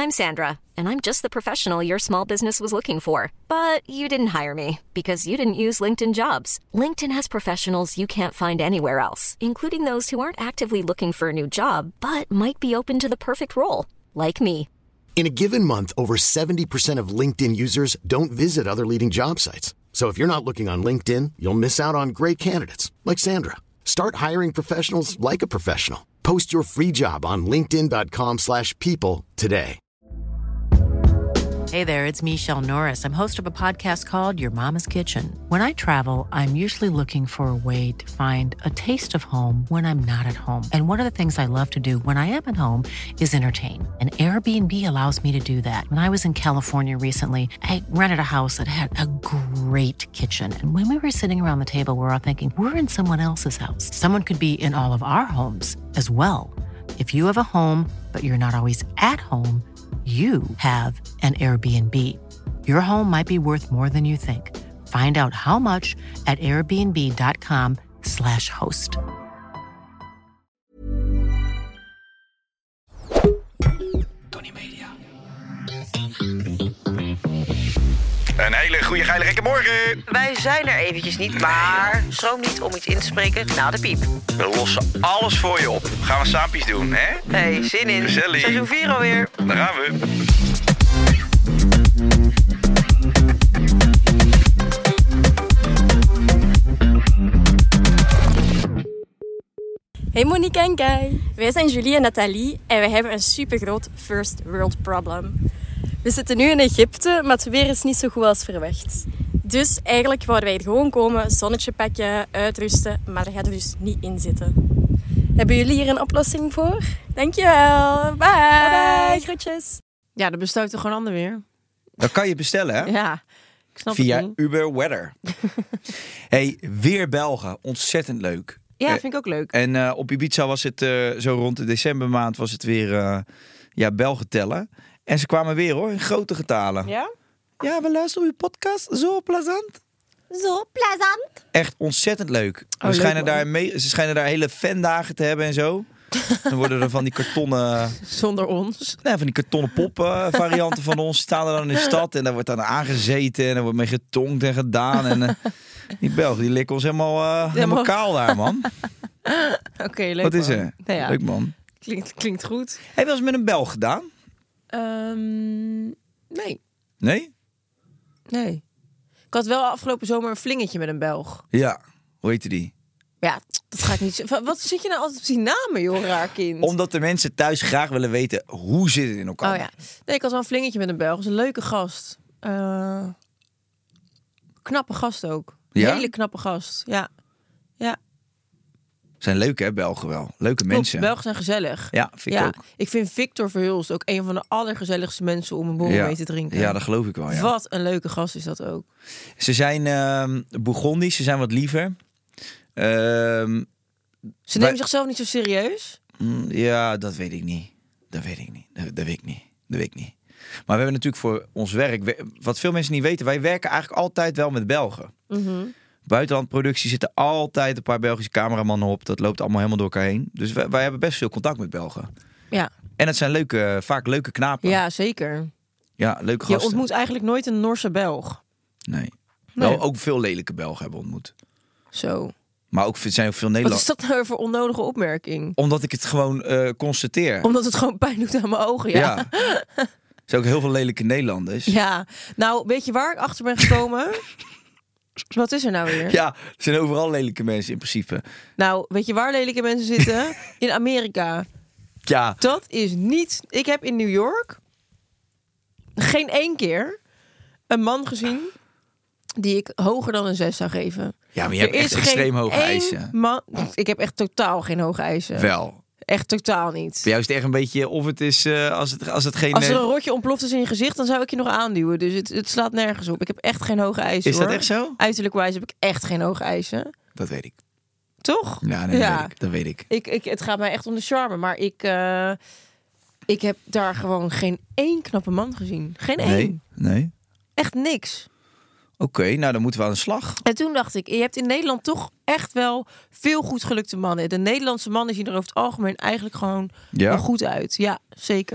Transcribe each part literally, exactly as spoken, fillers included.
I'm Sandra, and I'm just the professional your small business was looking for. But you didn't hire me because you didn't use LinkedIn Jobs. LinkedIn has professionals you can't find anywhere else, including those who aren't actively looking for a new job, but might be open to the perfect role, like me. In a given month, over seventy percent of LinkedIn users don't visit other leading job sites. So if you're not looking on LinkedIn, you'll miss out on great candidates like Sandra. Start hiring professionals like a professional. Post your free job on linkedin.com slash people today. Hey there, it's Michelle Norris. I'm host of a podcast called Your Mama's Kitchen. When I travel, I'm usually looking for a way to find a taste of home when I'm not at home. And one of the things I love to do when I am at home is entertain. And Airbnb allows me to do that. When I was in California recently, I rented a house that had a great kitchen. And when we were sitting around the table, we were all thinking, we're in someone else's house. Someone could be in all of our homes as well. If you have a home, but you're not always at home, you have an Airbnb. Your home might be worth more than you think. Find out how much at airbnb.com slash host. Tony Media. Een hele goede geile gekke morgen. Wij zijn er eventjes niet, maar schroom niet om iets in te spreken na de piep. We lossen alles voor je op. Gaan we saampjes doen, hè? Hey, zin in. Gezellig. Seizoen vier alweer. Daar gaan we. Hey Monique en Kai. Wij zijn Julie en Nathalie en wij hebben een supergroot first world problem. We zitten nu in Egypte, maar het weer is niet zo goed als verwacht. Dus eigenlijk wouden wij er gewoon komen, zonnetje pakken, uitrusten, maar daar gaat er dus niet in zitten. Hebben jullie hier een oplossing voor? Dankjewel. Bye. Bye, bye. Groetjes. Ja, dat besluit toch gewoon ander weer. Dat kan je bestellen, hè? Ja, ik snap Via het niet. Uber Weather. Hey, weer Belgen. Ontzettend leuk. Ja, Eh, vind ik ook leuk. En uh, op Ibiza was het uh, zo rond de decembermaand was het weer uh, ja, Belgen tellen. En ze kwamen weer hoor, in grote getalen. Ja? Ja, we luisteren op je podcast. Zo plezant. Zo plezant. Echt ontzettend leuk. Oh, we leuk, schijnen man. daar mee, ze schijnen daar hele fandagen te hebben en zo. Dan worden er van die kartonnen, Zonder ons. nou, van die kartonnen pop uh, varianten van ons staan er dan in de stad. En daar wordt dan aangezeten en er wordt mee getongd en gedaan. En uh, die Belgen die likken ons helemaal, uh, helemaal kaal daar, man. Oké, okay, leuk. Wat is man. er? Nou ja, Leuk, man. Klinkt, klinkt goed. Heb je wel eens met een Belg gedaan? Um, nee. Nee? Nee. Ik had wel afgelopen zomer een flingetje met een Belg. Ja. Hoe heette die? Ja, dat ga ik niet zeggen. Wat zit je nou altijd op die namen, joh, raar kind? Omdat de mensen thuis graag willen weten hoe zit het in elkaar. Oh ja. Nee, ik had wel een flingetje met een Belg. Dat is een leuke gast. Uh, knappe gast ook. Ja? Hele knappe gast. Ja. Ja. Zijn leuk, hè, Belgen wel. Leuke Klopt, mensen. Belgen zijn gezellig. Ja, vind ik ja, ook. Ik vind Victor Verhulst ook een van de allergezelligste mensen om een borrel Ja. mee te drinken. Ja, dat geloof ik wel, ja. Wat een leuke gast is dat ook. Ze zijn uh, Bourgondisch, ze zijn wat liever. Uh, Ze nemen zichzelf niet zo serieus. Ja, dat weet ik niet. Dat weet ik niet. Dat, dat weet ik niet. Dat weet ik niet. Maar we hebben natuurlijk voor ons werk... Wat veel mensen niet weten, wij werken eigenlijk altijd wel met Belgen. Mm-hmm. Buitenlandproductie zitten altijd een paar Belgische cameramannen op. Dat loopt allemaal helemaal door elkaar heen. Dus wij, wij hebben best veel contact met Belgen. Ja. En het zijn leuke, vaak leuke knapen. Ja, zeker. Ja, leuke Je gasten. ontmoet eigenlijk nooit een Noorse Belg. Nee. Nee. Wel ook veel lelijke Belgen hebben ontmoet. Zo. Maar ook zijn ook veel Wat Nederlanders. is dat nou voor onnodige opmerking? Omdat ik het gewoon uh, constateer. Omdat het gewoon pijn doet aan mijn ogen, ja. Ja. Er zijn ook heel veel lelijke Nederlanders. Ja. Nou, weet je waar ik achter ben gekomen? Wat is er nou weer? Ja, er zijn overal lelijke mensen in principe. Nou, weet je waar lelijke mensen zitten? In Amerika. Ja. Dat is niet... Ik heb in New York geen één keer een man gezien die ik hoger dan een zes zou geven. Ja, maar je hebt Er echt is extreem geen hoge één eisen. Man... Ik heb echt totaal geen hoge eisen. Wel. Echt totaal niet. Bij jou is het echt een beetje of het is uh, als het als het geen. Als er een rotje ontploft is in je gezicht, dan zou ik je nog aanduwen. Dus het, het slaat nergens op. Ik heb echt geen hoge eisen. Is dat hoor. echt zo? Uiterlijk wijs heb ik echt geen hoge eisen. Dat weet ik. Toch? Ja, nee, ja. Dat, weet ik. dat weet ik. Ik, ik. Het gaat mij echt om de charme, maar ik, uh, ik heb daar gewoon geen één knappe man gezien. Geen nee, één. Nee. Echt niks. Oké, okay, nou dan moeten we aan de slag. En toen dacht ik, je hebt in Nederland toch echt wel veel goed gelukte mannen. De Nederlandse mannen zien er over het algemeen eigenlijk gewoon ja? wel goed uit. Ja, zeker.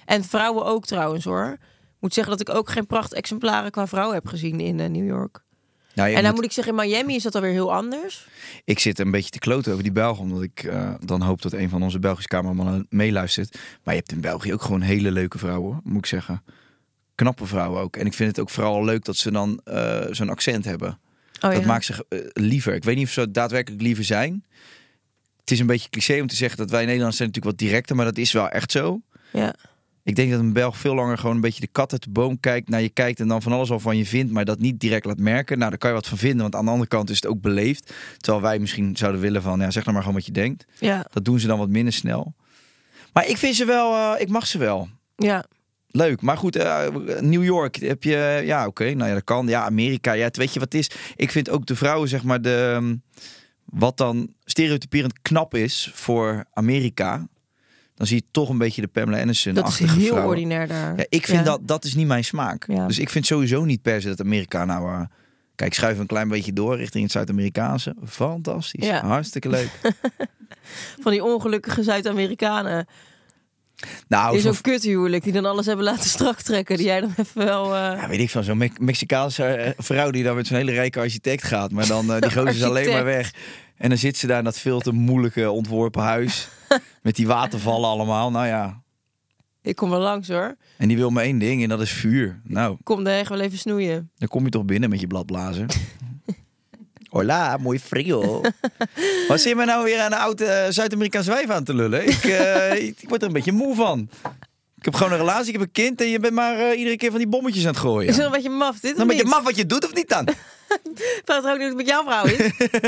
En vrouwen ook trouwens hoor. Moet zeggen dat ik ook geen prachtexemplaren qua vrouw heb gezien in uh, New York. Nou, en dan moet... moet ik zeggen, in Miami is dat alweer heel anders. Ik zit een beetje te kloten over die Belgen, omdat ik uh, dan hoop dat een van onze Belgische cameramannen meeluistert. Maar je hebt in België ook gewoon hele leuke vrouwen, moet ik zeggen. Knappe vrouwen ook. En ik vind het ook vooral leuk dat ze dan uh, zo'n accent hebben. Oh, dat ja? maakt ze uh, liever. Ik weet niet of ze daadwerkelijk liever zijn. Het is een beetje cliché om te zeggen dat wij in Nederland zijn natuurlijk wat directer, maar dat is wel echt zo. Ja. Ik denk dat een Belg veel langer gewoon een beetje de kat uit de boom kijkt, naar je kijkt en dan van alles al van je vindt, maar dat niet direct laat merken. Nou, daar kan je wat van vinden, want aan de andere kant is het ook beleefd. Terwijl wij misschien zouden willen van, ja, zeg nou maar gewoon wat je denkt. Ja. Dat doen ze dan wat minder snel. Maar ik vind ze wel, uh, ik mag ze wel. Ja. Leuk, maar goed, uh, New York heb je, ja, oké, okay, nou ja, dat kan. Ja, Amerika, ja, het, weet je wat het is? Ik vind ook de vrouwen, zeg maar, de, um, wat dan stereotyperend knap is voor Amerika. Dan zie je toch een beetje de Pamela Anderson-achtige Dat is heel vrouwen. ordinair daar. Ja, ik vind ja. dat, dat is niet mijn smaak. Ja. Dus ik vind sowieso niet per se dat Amerika nou... Uh, kijk, schuif een klein beetje door richting het Zuid-Amerikaanse. Fantastisch, ja. Hartstikke leuk. Van die ongelukkige Zuid-Amerikanen. Nou, is zo'n kuthuwelijk die dan alles hebben laten strak trekken. Die jij dan even wel... Uh... Ja, weet ik van zo'n Me- Mexicaanse vrouw die dan met zo'n hele rijke architect gaat. Maar dan uh, die gozer is alleen maar weg. En dan zit ze daar in dat veel te moeilijke ontworpen huis. Met die watervallen allemaal. Nou ja. Ik kom wel langs hoor. En die wil maar één ding en dat is vuur. Nou. Kom daar echt wel even snoeien. Dan kom je toch binnen met je bladblazer. Hola, mooi frio. Wat zit me nou weer aan een oude uh, Zuid-Amerikaanse wijf aan te lullen? Ik, uh, ik, ik word er een beetje moe van. Ik heb gewoon een relatie, ik heb een kind en je bent maar uh, iedere keer van die bommetjes aan het gooien. Is dat een beetje maf dit? Een beetje maf wat je doet of niet dan? Vraag ook niet hoe het met jouw vrouw is.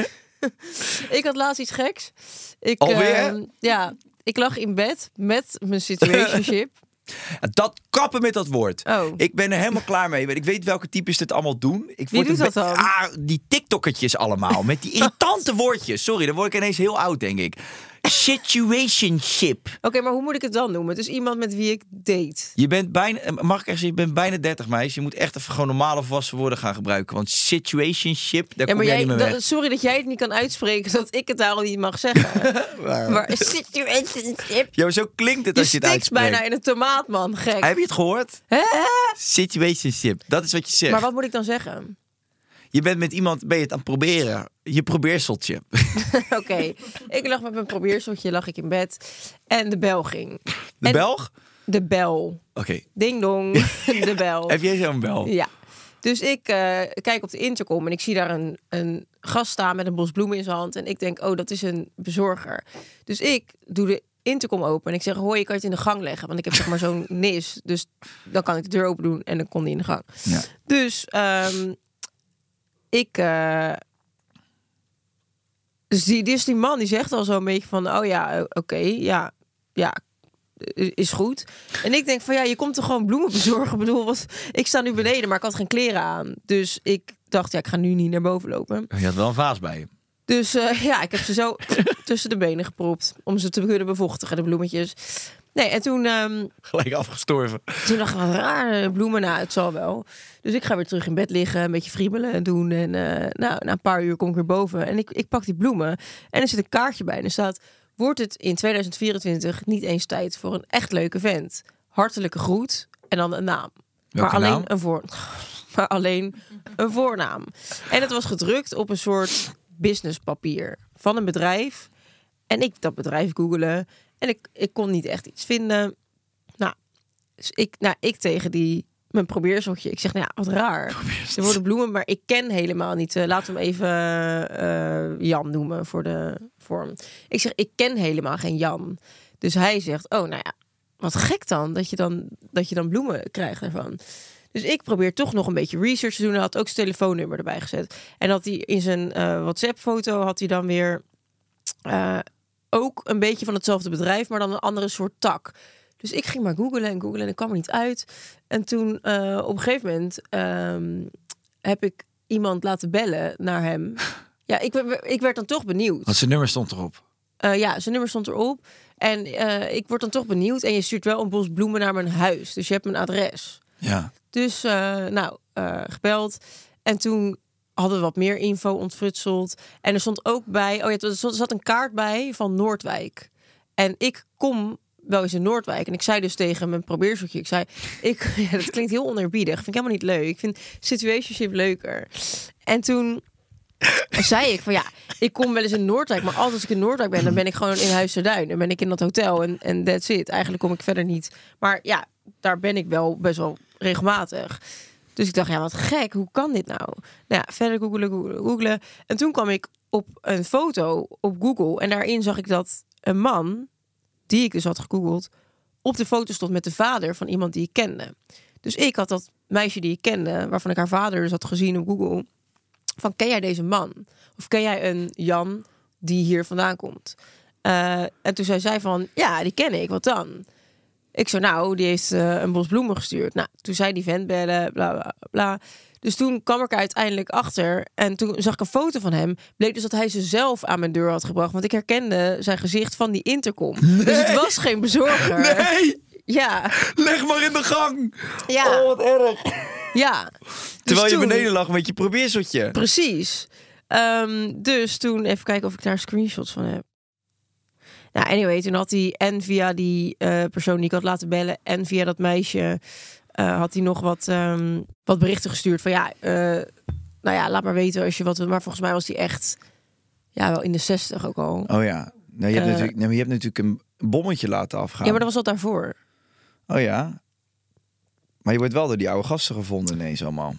Ik had laatst iets geks. Ik, Alweer? Uh, ja, ik lag in bed met mijn situationship. Dat kappen met dat woord. Oh. Ik ben er helemaal klaar mee. Ik weet welke types dit allemaal doen. Ik Wie doet dat be- dan? Ah, die TikTokkertjes allemaal. Met die irritante woordjes. Sorry, dan word ik ineens heel oud, denk ik. Situationship. Oké, okay, maar hoe moet ik het dan noemen? Het is iemand met wie ik date. Je bent bijna, mag ik echt zeggen, je bent bijna dertig meisje. Je moet echt even gewoon normale volwassen woorden gaan gebruiken. Want situationship, daar ja, kom jij niet meer weg. Dat, sorry dat jij het niet kan uitspreken, dat ik het daarom niet mag zeggen. Maar situationship. Ja, maar zo klinkt het je als je het uitspreekt. bijna in een tomaat, man. Gek. Heb je het gehoord? Hè? Situationship, dat is wat je zegt. Maar wat moet ik dan zeggen? Je bent met iemand, ben je het aan het proberen. Je probeerseltje. Oké, okay. Ik lag met mijn probeerseltje, lag ik in bed. En de bel ging. De en Belg? De bel. Oké. Okay. Ding dong, de bel. Heb jij zo'n bel? Ja. Dus ik uh, kijk op de intercom en ik zie daar een, een gast staan met een bos bloemen in zijn hand. En ik denk, oh, dat is een bezorger. Dus ik doe de intercom open en ik zeg, hoi, je kan het in de gang leggen. Want ik heb zeg maar zo'n nis. Dus dan kan ik de deur open doen en dan kon die in de gang. Ja. Dus... Um, Ik, uh... dus, die, dus die man die zegt al zo'n beetje van, oh ja, oké, okay, ja, ja, is goed. En ik denk van, ja, je komt er gewoon bloemen bezorgen. Ik bedoel, wat, ik sta nu beneden, maar ik had geen kleren aan. Dus ik dacht, ja, ik ga nu niet naar boven lopen. Je had wel een vaas bij je. Dus uh, ja, ik heb ze zo tussen de benen gepropt om ze te kunnen bevochtigen, de bloemetjes. Nee, en toen... Um, Gelijk afgestorven. Toen dacht ik, wat raar, bloemen, nou, het zal wel. Dus ik ga weer terug in bed liggen, een beetje friemelen en doen. En uh, nou, na een paar uur kom ik weer boven. En ik, ik pak die bloemen en er zit een kaartje bij. En er staat, wordt het in tweeduizend vierentwintig niet eens tijd voor een echt leuke vent? Hartelijke groet en dan een naam. Welke maar alleen naam? een voor, maar alleen een voornaam. En het was gedrukt op een soort businesspapier van een bedrijf. En ik dat bedrijf googelen. En ik, ik kon niet echt iets vinden. Nou, dus ik, nou, ik tegen die, mijn probeerseltje. Ik zeg, nou ja, wat raar. Er worden bloemen, maar ik ken helemaal niet. Uh, laten we hem even uh, Jan noemen voor de vorm. Ik zeg, ik ken helemaal geen Jan. Dus hij zegt, oh, nou ja, wat gek dan. Dat je dan, dat je dan bloemen krijgt ervan. Dus ik probeer toch nog een beetje research te doen. Hij had ook zijn telefoonnummer erbij gezet. En had hij in zijn uh, WhatsApp-foto had hij dan weer... Uh, ook een beetje van hetzelfde bedrijf, maar dan een andere soort tak. Dus ik ging maar googlen en googlen en ik kwam er niet uit. En toen uh, op een gegeven moment um, heb ik iemand laten bellen naar hem. Ja, ik, ik werd dan toch benieuwd. Want zijn nummer stond erop. Uh, ja, zijn nummer stond erop. En uh, ik word dan toch benieuwd. En je stuurt wel een bos bloemen naar mijn huis. Dus je hebt mijn adres. Ja. Dus, uh, nou, uh, gebeld. En toen hadden we wat meer info ontfrutseld. En er stond ook bij... Oh ja, er zat een kaart bij van Noordwijk. En ik kom wel eens in Noordwijk. En ik zei dus tegen mijn probeerseltje, ik zei, ik, ja, dat klinkt heel oneerbiedig. Vind ik helemaal niet leuk. Ik vind situationship leuker. En toen zei ik van ja, ik kom wel eens in Noordwijk, maar altijd als ik in Noordwijk ben, dan ben ik gewoon in Huis ter Duin. Dan ben ik in dat hotel en en that's it. Eigenlijk kom ik verder niet. Maar ja, daar ben ik wel best wel regelmatig. Dus ik dacht, ja, wat gek, hoe kan dit nou? Nou ja, verder googelen, googelen, googelen. En toen kwam ik op een foto op Google en daarin zag ik dat een man, die ik dus had gegoogeld, op de foto stond met de vader van iemand die ik kende. Dus ik had dat meisje die ik kende, waarvan ik haar vader dus had gezien op Google, van ken jij deze man? Of ken jij een Jan die hier vandaan komt? Uh, en toen zei zij van, ja, die ken ik, wat dan? Ik zo, nou, die heeft uh, een bos bloemen gestuurd. Nou, toen zei die vent bellen, bla, bla, bla. Dus toen kwam ik er uiteindelijk achter. En toen zag ik een foto van hem. Bleek dus dat hij ze zelf aan mijn deur had gebracht. Want ik herkende zijn gezicht van die intercom. Nee. Dus het was geen bezorger. Nee! Ja. Leg maar in de gang. Ja. Oh, wat erg. Ja. Terwijl dus je toen, beneden lag met je probeerseltje. Precies. Um, dus toen, even kijken of ik daar screenshots van heb. Nou, anyway, toen had hij en via die uh, persoon die ik had laten bellen en via dat meisje uh, had hij nog wat, um, wat berichten gestuurd van ja, uh, nou ja, laat maar weten als je wat wil. Maar volgens mij was hij echt, ja, wel in de zestig ook al. Oh ja, nou, je, hebt Uh, natuurlijk, nee, maar je hebt natuurlijk een bommetje laten afgaan. Ja, maar dat was al daarvoor. Oh ja, maar je wordt wel door die oude gasten gevonden ineens allemaal.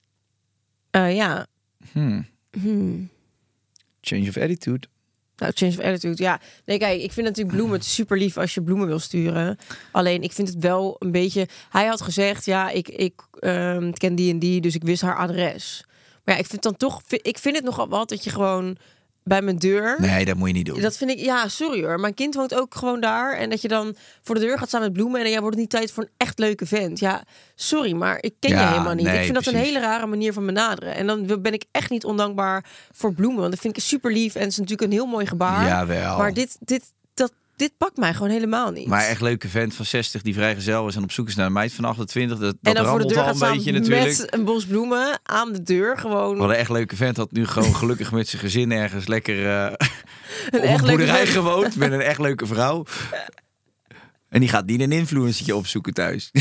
Uh, ja. Hmm. Hmm. Change of attitude. Nou, change of attitude, ja. Nee, kijk, ik vind natuurlijk bloemen het super lief als je bloemen wil sturen. Alleen, ik vind het wel een beetje. Hij had gezegd, ja, ik, ik um, ken die en die, dus ik wist haar adres. Maar ja, ik vind dan toch, ik vind het nogal wat dat je gewoon bij mijn deur. Nee, dat moet je niet doen. Dat vind ik, ja, sorry hoor. Mijn kind woont ook gewoon daar. En dat je dan voor de deur gaat staan met bloemen. En dan ja, wordt het niet tijd voor een echt leuke vent. Ja, sorry, maar ik ken ja, je helemaal niet. Nee, ik vind precies. dat een hele rare manier van benaderen. En dan ben ik echt niet ondankbaar voor bloemen. Want dat vind ik super lief. En het is natuurlijk een heel mooi gebaar. Jawel. Maar dit, dit, dat, dit pakt mij gewoon helemaal niet. Maar echt leuke vent van zestig die vrijgezel is en op zoek is naar een meid van achtentwintig. Dat, dat en dan voor de rammelt deur al gaat een staan beetje natuurlijk. met een bos bloemen aan de deur. Gewoon. Wat een echt leuke vent had nu gewoon gelukkig met zijn gezin ergens lekker uh, op echt een boerderij leuke gewoond met een echt leuke vrouw. En die gaat niet een influencertje opzoeken thuis.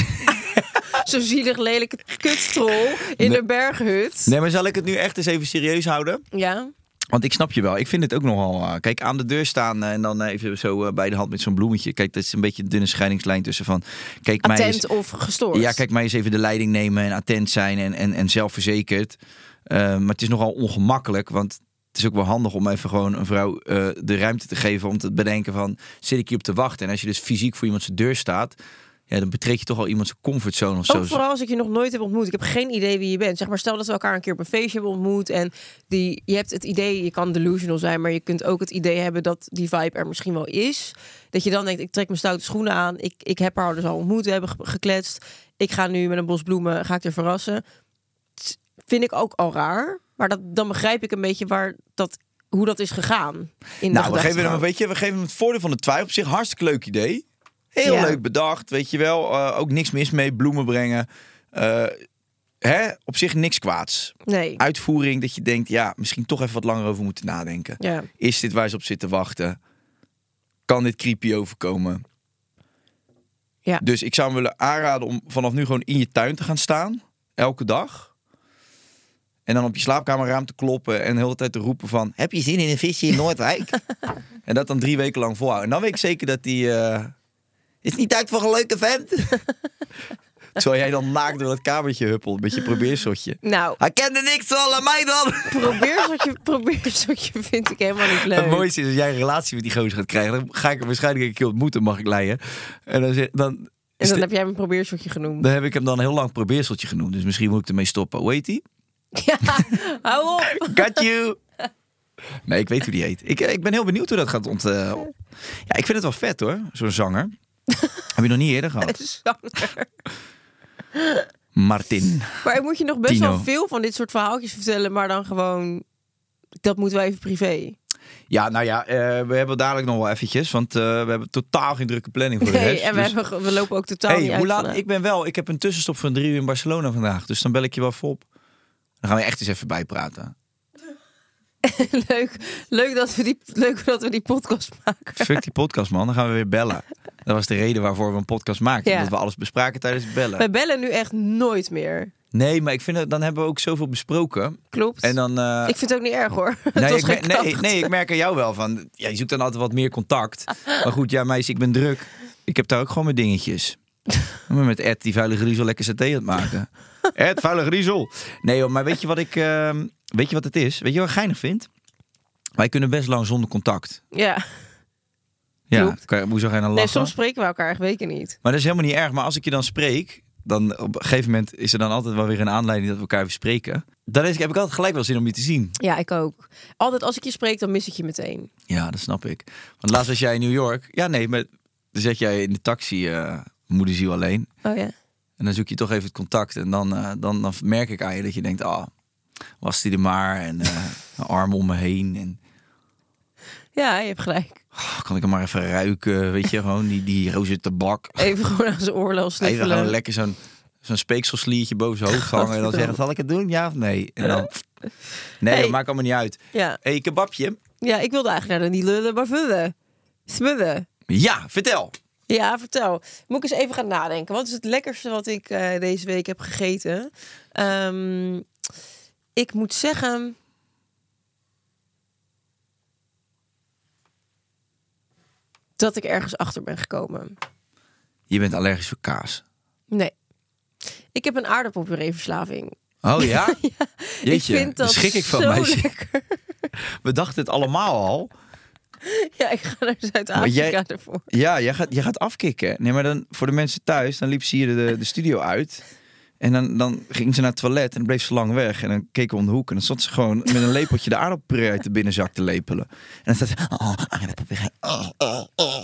Zo'n zielig lelijke kutstrol in Nee. de berghut. Nee, maar zal ik het nu echt eens even serieus houden? Ja. Want ik snap je wel. Ik vind het ook nogal... Uh, kijk, aan de deur staan uh, en dan even zo uh, bij de hand met zo'n bloemetje. Kijk, dat is een beetje een dunne scheidingslijn tussen van... Kijk, mij Attent is, of gestoord. Ja, kijk, mij eens even de leiding nemen en attent zijn en, en, en zelfverzekerd. Uh, maar het is nogal ongemakkelijk, want... Het is ook wel handig om even gewoon een vrouw uh, de ruimte te geven om te bedenken van, zit ik hier op te wachten? En als je dus fysiek voor iemand zijn deur staat, ja, dan betreed je toch al iemand zijn comfortzone of zo. Ook vooral als ik je nog nooit heb ontmoet. Ik heb geen idee wie je bent. Zeg maar, stel dat we elkaar een keer op een feestje hebben ontmoet en die, je hebt het idee, je kan delusional zijn, maar je kunt ook het idee hebben dat die vibe er misschien wel is. Dat je dan denkt, ik trek mijn stoute schoenen aan, ik, ik heb haar dus al ontmoet, we hebben gekletst. Ik ga nu met een bos bloemen, ga ik er verrassen. Dat vind ik ook al raar. Maar dat, dan begrijp ik een beetje waar dat, hoe dat is gegaan. In nou, de we geven, hem, een weet je, we geven hem het voordeel van de twijfel. Op zich hartstikke leuk idee. Heel Ja. leuk bedacht, weet je wel. Uh, ook niks mis mee, bloemen brengen. Uh, hè? Op zich niks kwaads. Nee. Uitvoering dat je denkt, ja, misschien toch even wat langer over moeten nadenken. Ja. Is dit waar ze op zitten wachten? Kan dit creepy overkomen? Ja. Dus ik zou hem willen aanraden om vanaf nu gewoon in je tuin te gaan staan. Elke dag. En dan op je slaapkamerraam te kloppen en de hele tijd te roepen van, heb je zin in een visje in Noordwijk? En dat dan drie weken lang volhouden. En dan weet ik zeker dat die... Uh, is het niet tijd voor een leuke vent? Terwijl jij dan naakt door het kamertje huppelt met je probeerseltje. Nou, hij kende niks van, laat mij dan! probeerseltje, probeerseltje vind ik helemaal niet leuk. Het mooiste is, als jij een relatie met die gozer gaat krijgen, dan ga ik hem waarschijnlijk een keer ontmoeten, mag ik leiden. En dan, zeg, dan, En dan de, heb jij hem een probeerseltje genoemd. dan heb ik hem dan heel lang probeerseltje genoemd. Dus misschien moet ik ermee stoppen. Hoe heet die? Ja, hou op. Got you! Nee, ik weet hoe die heet. Ik, ik ben heel benieuwd hoe dat gaat ont... Uh, ja, ik vind het wel vet hoor, zo'n zanger. Heb je nog niet eerder gehad. Zanger. Martin. Maar ik moet je nog best Tino. wel veel van dit soort verhaaltjes vertellen, maar dan gewoon, dat moeten we even privé. Ja, nou ja, uh, we hebben dadelijk nog wel eventjes, want uh, we hebben totaal geen drukke planning voor de Nee, rest. en we, dus... hebben, we lopen ook totaal hey, niet uit. hoe laat? van, uh, Ik ben wel, ik heb een tussenstop van drie uur in Barcelona vandaag, dus dan bel ik je wel voor op. Dan gaan we echt eens even bijpraten. leuk, leuk, dat we die, leuk dat we die podcast maken. Fuck die podcast man, dan gaan we weer bellen. Dat was de reden waarvoor we een podcast maakten. Ja. Dat we alles bespraken tijdens het bellen. Wij bellen nu echt nooit meer. Nee, maar ik vind het, dan hebben we ook zoveel besproken. Klopt. En dan, uh... Ik vind het ook niet erg hoor. Nee, Het was ik geen mer- nee, klacht. nee, ik merk aan jou wel van... Ja, je zoekt dan altijd wat meer contact. Maar goed, ja, meisje, ik ben druk. Ik heb daar ook gewoon mijn dingetjes. Ik ben met Ed, die vuile griezel, lekker saté aan het maken. Ed, vuile griezel. Nee joh, maar weet je wat ik... Uh, weet je wat het is? Weet je wat ik geinig vind? Wij kunnen best lang zonder contact. Ja. Ja, Klopt. kan je, hoe zou jij nou Nee, lachen? soms spreken we elkaar echt weken niet. Maar dat is helemaal niet erg. Maar als ik je dan spreek... dan op een gegeven moment is er dan altijd wel weer een aanleiding dat we elkaar even spreken. Dan is, heb ik altijd gelijk wel zin om je te zien. Ja, ik ook. Altijd als ik je spreek, dan mis ik je meteen. Ja, dat snap ik. Want laatst was jij in New York. Ja, nee, maar dan zet jij in de taxi uh, moederziel alleen. Oh ja. En dan zoek je toch even het contact. En dan, uh, dan, dan merk ik aan je dat je denkt... ah, was die er maar. En uh, een arm om me heen. En... Ja, je hebt gelijk. Oh, kan ik hem maar even ruiken, weet je, gewoon die, die roze tabak. Even gewoon aan zijn oorlel sniffelen. Even gewoon lekker zo'n zo'n speekselsliertje boven zijn hoofd hangen en dan zeggen, zal ik het doen? Ja of nee? En dan, nee, Hey. dat maakt allemaal niet uit. Ja. Hé, kebabje. Ja, ik wilde eigenlijk naar de niet lullen, maar vullen. Smullen. Ja, vertel. Ja, vertel. Moet ik eens even gaan nadenken. Wat is het lekkerste wat ik uh, deze week heb gegeten? Um, ik moet zeggen... dat ik ergens achter ben gekomen. Je bent allergisch voor kaas. Nee. Ik heb een aardappelpureeverslaving. Oh ja? Ja, Jeetje, ik vind dat schrik ik van zo meisje. lekker. We dachten het allemaal al. Ja, ik ga naar Maar Zuid-Afrika jij- ervoor. Ja, jij gaat, jij gaat afkicken. Nee, maar dan voor de mensen thuis, dan liep ze hier de, de studio uit. En dan, dan ging ze naar het toilet en dan bleef ze lang weg. En dan keek we om de hoek en dan stond ze gewoon met een lepeltje de aardappelpuree uit de binnenzak te lepelen. En dan staat ze, oh, aardappelpuree. Oh, oh, oh.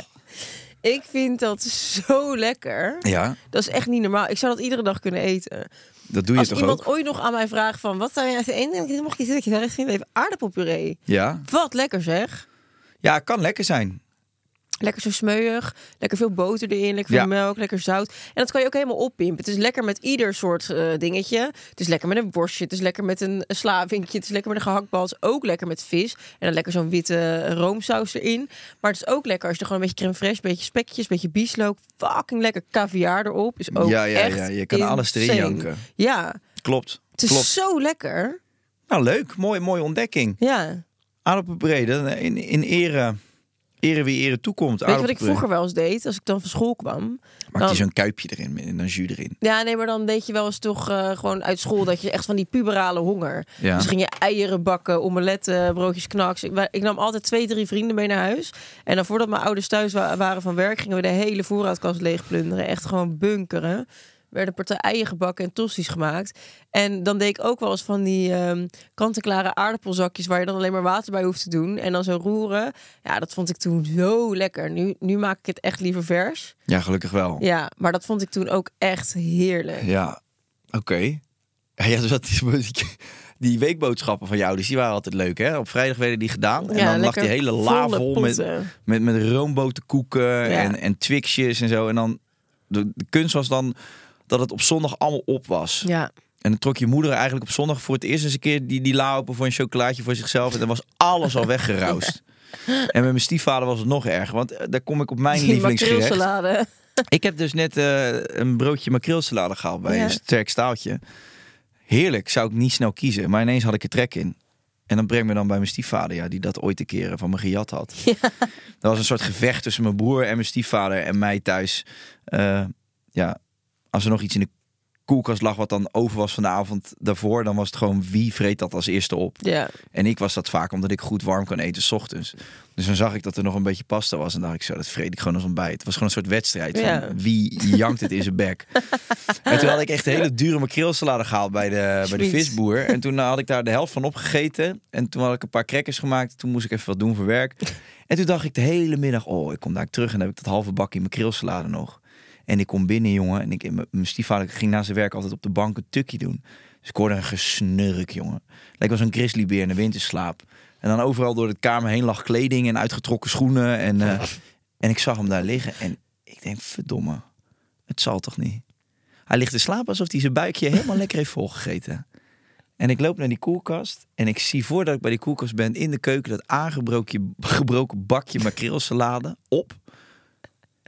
Ik vind dat zo lekker. Ja, Dat is echt niet normaal. Ik zou dat iedere dag kunnen eten. dat doe je Als toch iemand ook? ooit nog aan mij vraagt van... wat zou je nou eten? Dan mag je zeggen, daar is geen even aardappelpuree. Ja. Wat lekker zeg. Ja, kan lekker zijn. Lekker zo smeuig. Lekker veel boter erin. Lekker Ja. veel melk. Lekker zout. En dat kan je ook helemaal oppimpen. Het is lekker met ieder soort uh, dingetje. Het is lekker met een worstje. Het is lekker met een slavinkje. Het is lekker met een gehaktbal. Het is ook lekker met vis. En dan lekker zo'n witte roomsaus erin. Maar het is ook lekker als je er gewoon een beetje crème fraîche, een beetje spekjes, een beetje bieslook. Fucking lekker caviar erop. Is ook Ja, ja, echt ja, je kan alles erin insane. janken. Ja, Klopt. het is Klopt. zo lekker. Nou, leuk. Mooi, mooie ontdekking. Ja. Aardappelpuree, dat in, in ere, ere wie ere toekomt. Weet je wat ik vroeger wel eens deed? Als ik dan van school kwam. Maak dan- je zo'n kuipje erin met een jus erin. Ja, nee, maar dan deed je wel eens toch uh, gewoon uit school dat je echt van die puberale honger. Ja. Dus ging je eieren bakken, omeletten, broodjes knaks. Ik, wa- ik nam altijd twee, drie vrienden mee naar huis. En dan voordat mijn ouders thuis wa- waren van werk, gingen we de hele voorraadkast leegplunderen. Echt gewoon bunkeren. Werden partij eieren gebakken en tosti's gemaakt. En dan deed ik ook wel eens van die um, kant-en-klare aardappelzakjes waar je dan alleen maar water bij hoeft te doen. En dan zo roeren. Ja, dat vond ik toen zo lekker. Nu, nu maak ik het echt liever vers. Ja, gelukkig wel. Ja, maar dat vond ik toen ook echt heerlijk. Ja, oké. Ja, ja, dus dat die, die weekboodschappen van jou, dus die waren altijd leuk, hè? Op vrijdag werden die gedaan. En Ja, dan lag die lekker hele volle la vol met, potten. met, met roomboterkoeken en, en Twixjes en zo. En dan, de, de kunst was dan dat het op zondag allemaal op was. Ja. En dan trok je moeder eigenlijk op zondag voor het eerst eens een keer die, die la open voor een chocolaatje voor zichzelf. En dan was alles al weggeroust. Ja. En met mijn stiefvader was het nog erger, want daar kom ik op mijn Die lievelingsgerecht. makreelsalade. Ik heb dus net uh, een broodje makreelsalade gehaald bij Ja. een sterk staaltje. Heerlijk, zou ik niet snel kiezen. Maar ineens had ik er trek in. En dan breng me dan bij mijn stiefvader, ja, die dat ooit een keer van me gejat had. Ja. Dat was een soort gevecht tussen mijn broer en mijn stiefvader en mij thuis. Uh, ja, als er nog iets in de koelkast lag wat dan over was van de avond daarvoor, dan was het gewoon wie vreet dat als eerste op. Ja. En ik was dat vaak omdat ik goed warm kan eten 's ochtends. Dus dan zag ik dat er nog een beetje pasta was en dacht ik zo, dat vreet ik gewoon als ontbijt. Het was gewoon een soort wedstrijd van Ja. wie jankt het in zijn bek. En toen had ik echt een hele dure makreelsalade gehaald bij de, bij de Schmied. visboer. En toen had ik daar de helft van opgegeten. En toen had ik een paar crackers gemaakt. Toen moest ik even wat doen voor werk. En toen dacht ik de hele middag, oh, ik kom daar terug en dan heb ik dat halve bakje makreelsalade nog. En ik kom binnen, jongen. En ik, mijn stiefvader ging na zijn werk altijd op de bank een tukje doen. Dus ik hoorde een gesnurk, jongen. Lijkt wel zo'n grizzlybeer in de winterslaap. En dan overal door de kamer heen lag kleding en uitgetrokken schoenen. En, uh, en ik zag hem daar liggen. En ik denk, verdomme, het zal toch niet. Hij ligt te slapen alsof hij zijn buikje helemaal lekker heeft volgegeten. En ik loop naar die koelkast. En ik zie voordat ik bij die koelkast ben in de keuken dat aangebroken gebroken bakje makreelsalade op.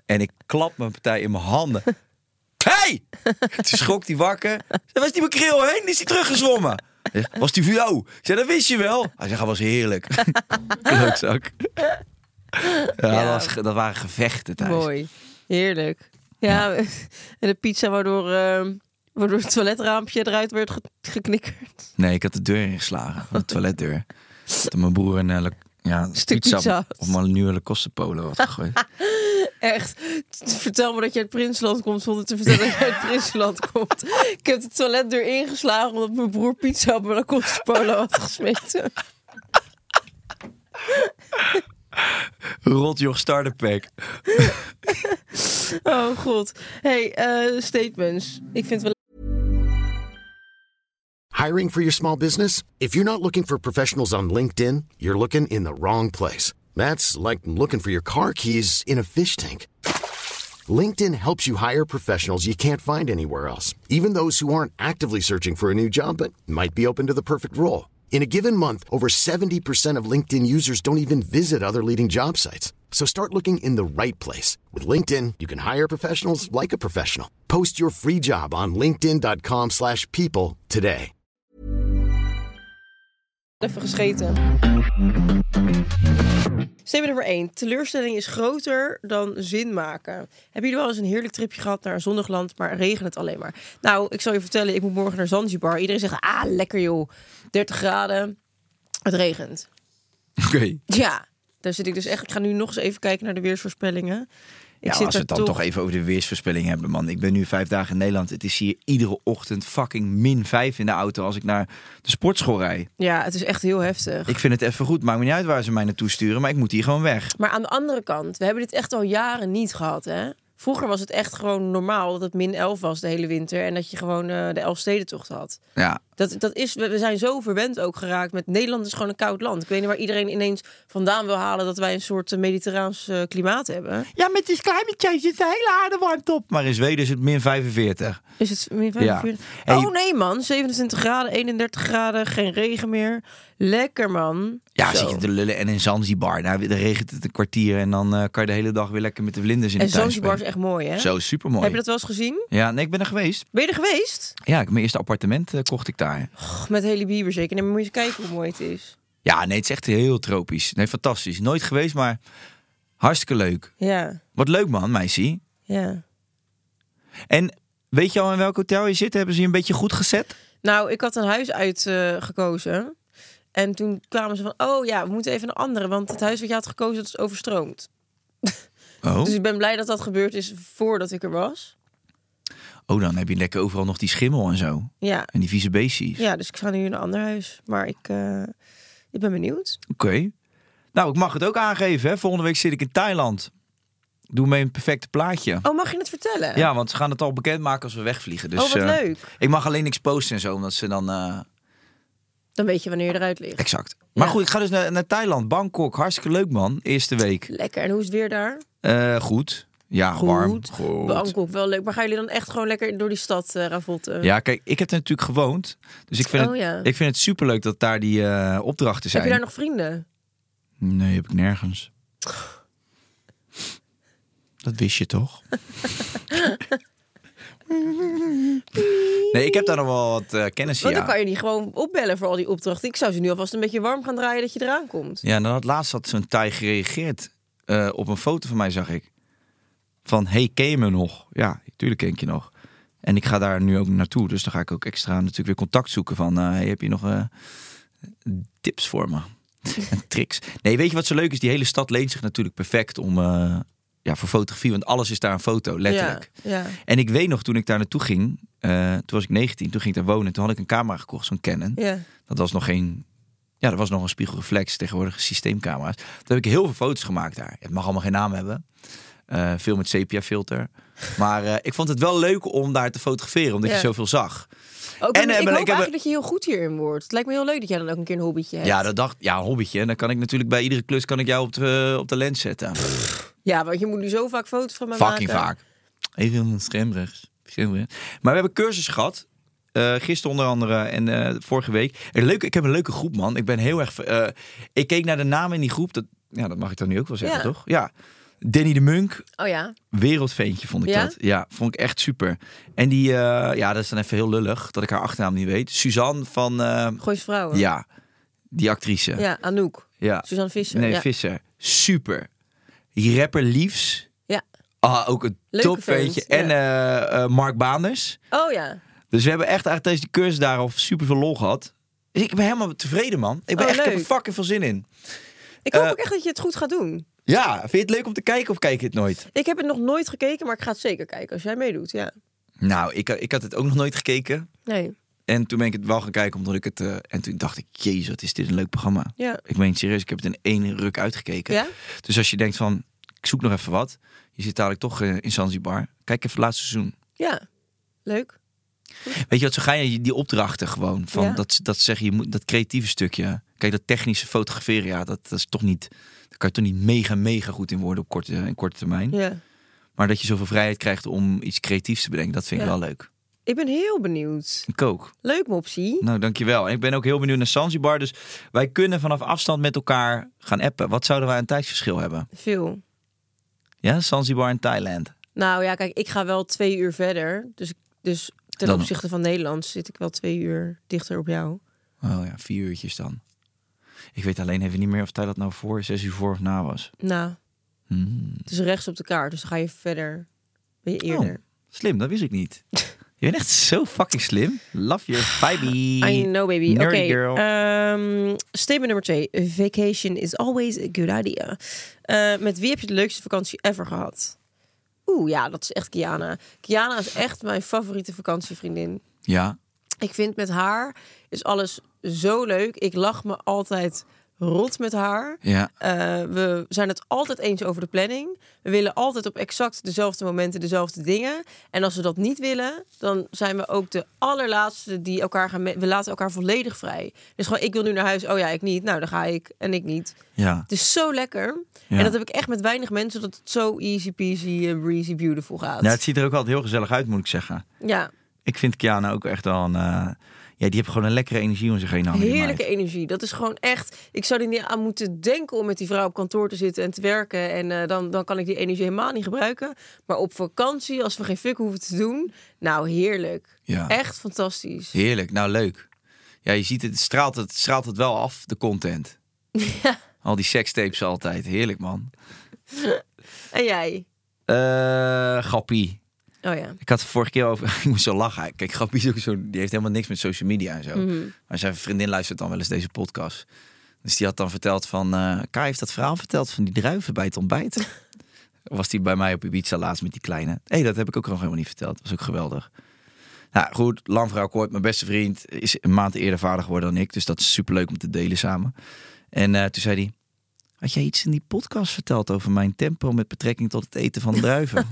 En ik klap mijn partij in mijn handen. Hey! Toen schrok hij wakker. Waar is die makreel heen? Is hij teruggezwommen? Was die voor jou? Ik zei, dat wist je wel. Hij zei, dat was heerlijk. Klootzak. Ja, Ja. Dat, was, dat waren gevechten thuis. Mooi. Heerlijk. Ja, en de pizza waardoor, uh, waardoor het toiletraampje eruit werd ge- geknikkerd. Nee, ik had de deur ingeslagen. Van de toiletdeur. Toen mijn broer een, uh, le- ja, een Stuk pizza, pizza. of mijn nieuwe Lacoste polo had gegooid. Echt. Vertel me dat je uit Prinsland komt zonder te vertellen dat je uit Prinsland komt. Ik heb de toiletdeur ingeslagen omdat mijn broer pizza op mijn Lacoste polo had gesmeten. Rotjoch starter pack. Oh god. Hey, uh, statements. Ik vind wel... Hiring for your small business? If you're not looking for professionals on LinkedIn, you're looking in the wrong place. That's like looking for your car keys in a fish tank. LinkedIn helps you hire professionals you can't find anywhere else, even those who aren't actively searching for a new job but might be open to the perfect role. In a given month, over seventy percent of LinkedIn users don't even visit other leading job sites. So start looking in the right place. With LinkedIn, you can hire professionals like a professional. Post your free job on linkedin.com slash people today. Even gescheten. Statement nummer één. Teleurstelling is groter dan zin maken. Hebben jullie wel eens een heerlijk tripje gehad naar een zonnig land, maar regent het alleen maar? Nou, ik zal je vertellen, ik moet morgen naar Zanzibar. Iedereen zegt, ah, lekker joh. dertig graden. Het regent. Oké. Okay. Ja, daar zit ik dus echt. Ik ga nu nog eens even kijken naar de weersvoorspellingen. Ik Ja, zit als we het dan toch... toch even over de weersvoorspelling hebben, man. Ik ben nu vijf dagen in Nederland. Het is hier iedere ochtend fucking min vijf in de auto als ik naar de sportschool rijd. Ja, het is echt heel heftig. Ik vind het even goed. Maakt me niet uit waar ze mij naartoe sturen, maar ik moet hier gewoon weg. Maar aan de andere kant, we hebben dit echt al jaren niet gehad, hè? Vroeger was het echt gewoon normaal dat het min elf was de hele winter en dat je gewoon uh, de Elfstedentocht had. Ja. Dat, dat is, we zijn zo verwend ook geraakt met Nederland is gewoon een koud land. Ik weet niet waar iedereen ineens vandaan wil halen dat wij een soort uh, mediterraans uh, klimaat hebben. Ja, met die climate change is de hele aarde warmt op. Maar in Zweden is het min vijfenveertig. Is het min vijfenveertig? Ja. Hey. Oh nee man, zevenentwintig graden, eenendertig graden, geen regen meer. Lekker man. Ja, Zo. zit je te lullen. En in Zanzibar, daar regent het een kwartier en dan uh, kan je de hele dag weer lekker met de vlinders in En de tuin Zanzibar is spelen. echt mooi, hè? Zo, supermooi. Heb je dat wel eens gezien? Ja, nee, ik ben er geweest. Ben je er geweest? Ja, ik, mijn eerste appartement uh, kocht ik daar. Och, met Hailey Bieber zeker. Nee, maar moet je eens kijken hoe mooi het is. Ja, nee, het is echt heel tropisch. Nee, fantastisch. Nooit geweest, maar hartstikke leuk. Ja, Wat leuk, man, meisje. ja. En weet je al in welk hotel je zit? Hebben ze je een beetje goed gezet? Nou, ik had een huis uitgekozen. En toen kwamen ze van, oh ja, we moeten even een andere. Want het huis wat je had gekozen, dat is overstroomd. Oh. Dus ik ben blij dat dat gebeurd is voordat ik er was. Oh, dan heb je lekker overal nog die schimmel en zo. Ja, En die vieze beestjes. ja dus ik ga nu in een ander huis. Maar ik, uh, ik ben benieuwd. Oké. Okay. Nou, ik mag het ook aangeven. Hè. Volgende week zit ik in Thailand. Doe mee een perfecte plaatje. Oh, mag je het vertellen? Ja, want ze gaan het al bekendmaken als we wegvliegen. Dus, oh, wat uh, leuk. Ik mag alleen niks posten en zo, omdat ze dan... Uh... Dan weet je wanneer je eruit ligt. Exact. Maar Ja. goed, ik ga dus naar, naar Thailand, Bangkok. Hartstikke leuk, man. Eerste week. Lekker. En hoe is het weer daar? Uh, goed. Ja, Goed. warm. Goed. Bangkok, wel leuk. Maar gaan jullie dan echt gewoon lekker door die stad uh, ravotten? Ja, kijk, ik heb er natuurlijk gewoond. Dus ik vind, Oh, het, ja. ik vind het superleuk dat daar die uh, opdrachten zijn. Heb je daar nog vrienden? Nee, heb ik nergens. Dat wist je toch? Nee, ik heb daar nog wel wat uh, kennis Want ja. dan kan je die gewoon opbellen voor al die opdrachten. Ik zou ze nu alvast een beetje warm gaan draaien dat je eraan komt. Ja, dan had laatst had zo'n Thai gereageerd uh, op een foto van mij, zag ik. Van, hey, ken je me nog? Ja, natuurlijk ken ik je nog. En ik ga daar nu ook naartoe. Dus dan ga ik ook extra natuurlijk weer contact zoeken van... Uh, hey, heb je nog uh, tips voor me? En tricks. Nee, weet je wat zo leuk is? Die hele stad leent zich natuurlijk perfect om... Uh, ja, voor fotografie, want alles is daar een foto, letterlijk. Ja, ja. En ik weet nog, toen ik daar naartoe ging... Uh, toen was ik negentien, toen ging ik daar wonen. Toen had ik een camera gekocht, zo'n Canon. Ja. Dat was nog geen... Ja, dat was nog een spiegelreflex, tegenwoordig systeemcamera's. Toen heb ik heel veel foto's gemaakt daar. Het mag allemaal geen naam hebben. Uh, veel met sepia filter. Maar uh, ik vond het wel leuk om daar te fotograferen, omdat ja. je zoveel zag. Ook, en, ik uh, hoop ik eigenlijk heb... dat je heel goed hierin wordt. Het lijkt me heel leuk dat jij dan ook een keer een hobbytje hebt. Ja, dat dacht, ja, een hobbytje. En dan kan ik natuurlijk bij iedere klus kan ik jou op de, op de lens zetten. Ja, want je moet nu zo vaak foto's van mij Fucking maken. vaak. Even een schermrechts. Maar we hebben cursus gehad. Uh, gisteren onder andere en uh, vorige week. En leuk, ik heb een leuke groep, man. Ik ben heel erg... Uh, ik keek naar de namen in die groep. Dat, ja, dat mag ik dan nu ook wel zeggen, ja. toch? Ja. Danny de Munk. Oh ja. Wereldveentje vond ik Ja? dat. Ja, vond ik echt super. En die, uh, ja, dat is dan even heel lullig dat ik haar achternaam niet weet. Suzanne van... Uh, Gooise Vrouwen. Ja, die actrice. Ja, Anouk. Ja. Suzanne Visser. Nee, ja. Visser. Super. Die rapper Liefs. Ja. Ah, ook een Leuke topveentje. vent, En uh, uh, Mark Baanders. Oh ja. Dus we hebben echt eigenlijk tijdens die cursus daar al super veel lol gehad. Dus ik ben helemaal tevreden, man. Ik ben Oh, echt, ik heb leuk. er fucking veel zin in. Ik hoop Uh, ook echt dat je het goed gaat doen. Ja, vind je het leuk om te kijken of kijk je het nooit? Ik heb het nog nooit gekeken, maar ik ga het zeker kijken als jij meedoet. Ja. Nou, ik, ik had het ook nog nooit gekeken. Nee. En toen ben ik het wel gaan kijken, omdat ik het... Uh, en toen dacht ik, jezus, wat is dit een leuk programma. Ja. Ik meen het serieus, ik heb het in één ruk uitgekeken. Ja? Dus als je denkt van, ik zoek nog even wat. Je zit dadelijk toch uh, in Zanzibar. Kijk even het laatste seizoen. Ja. Leuk. Weet je wat, zo ga je die opdrachten gewoon. Van Ja. dat, dat zeg je, je moet, dat creatieve stukje. Kijk, dat technische fotograferen, ja, dat, dat is toch niet... Daar kan je toch niet mega, mega goed in worden op korte, in korte termijn. Ja. Maar dat je zoveel vrijheid krijgt om iets creatiefs te bedenken, dat vind ik Ja. wel leuk. Ik ben heel benieuwd. Ik ook. Leuk, Mopsie. Nou, dankjewel. En ik ben ook heel benieuwd naar Zanzibar. Dus wij kunnen vanaf afstand met elkaar gaan appen. Wat zouden wij een tijdsverschil hebben? Veel. Ja, Zanzibar en Thailand. Nou ja, kijk, ik ga wel twee uur verder. Dus, dus ten Dan- opzichte van Nederland zit ik wel twee uur dichter op jou. Oh ja, vier uurtjes dan. Ik weet alleen even niet meer of Thailand nou voor, zes uur voor of na was. Nou, Hmm. het is rechts op de kaart. Dus dan ga je verder. Ben je eerder. Oh, slim, dat wist ik niet. Je bent echt zo fucking slim. Love your baby. I know, baby. Oké, Nerdy girl. ehm, statement nummer twee. Vacation is always a good idea. Uh, met wie heb je de leukste vakantie ever gehad? Oeh, ja, dat is echt Kiana. Kiana is echt mijn favoriete vakantievriendin. Ja, Ik vind met haar is alles zo leuk. Ik lach me altijd rot met haar. ja. Uh, we zijn het altijd eens over de planning. We willen altijd op exact dezelfde momenten dezelfde dingen. En als we dat niet willen, dan zijn we ook de allerlaatste die elkaar gaan... Me- we laten elkaar volledig vrij. Dus gewoon, ik wil nu naar huis. Oh ja, ik niet. Nou, dan ga ik. En ik niet. Ja. Het is zo lekker. Ja. En dat heb ik echt met weinig mensen, dat het zo easy peasy, uh, breezy, beautiful gaat. Nou, het ziet er ook altijd heel gezellig uit, moet ik zeggen. Ja, Ik vind Kiana ook echt wel een... Uh, ja, die heeft gewoon een lekkere energie om zich heen hangen. die heerlijke meid. energie. Dat is gewoon echt... Ik zou er niet aan moeten denken om met die vrouw op kantoor te zitten en te werken. En uh, dan, dan kan ik die energie helemaal niet gebruiken. Maar op vakantie, als we geen fuck hoeven te doen... Nou, heerlijk. Ja. Echt fantastisch. Heerlijk, nou leuk. Ja, je ziet het, het straalt het, straalt het wel af, de content. Ja. Al die sekstapes altijd. Heerlijk, man. En jij? Uh, Grappie. Oh ja. Ik had het vorige keer over... Ik moest zo lachen. Kijk, Grappie is ook zo... Die heeft helemaal niks met social media en zo. Mm-hmm. Maar zijn vriendin luistert dan wel eens deze podcast. Dus die had dan verteld van... Uh, Kai heeft dat verhaal verteld van die druiven bij het ontbijt. Was die bij mij op Ibiza laatst met die kleine. Hé, hey, dat heb ik ook nog helemaal niet verteld. Dat was ook geweldig. Nou goed, lang verhaal kort. Mijn beste vriend is een maand eerder vader geworden dan ik. Dus dat is superleuk om te delen samen. En uh, toen zei hij... Had jij iets in die podcast verteld over mijn tempo met betrekking tot het eten van druiven?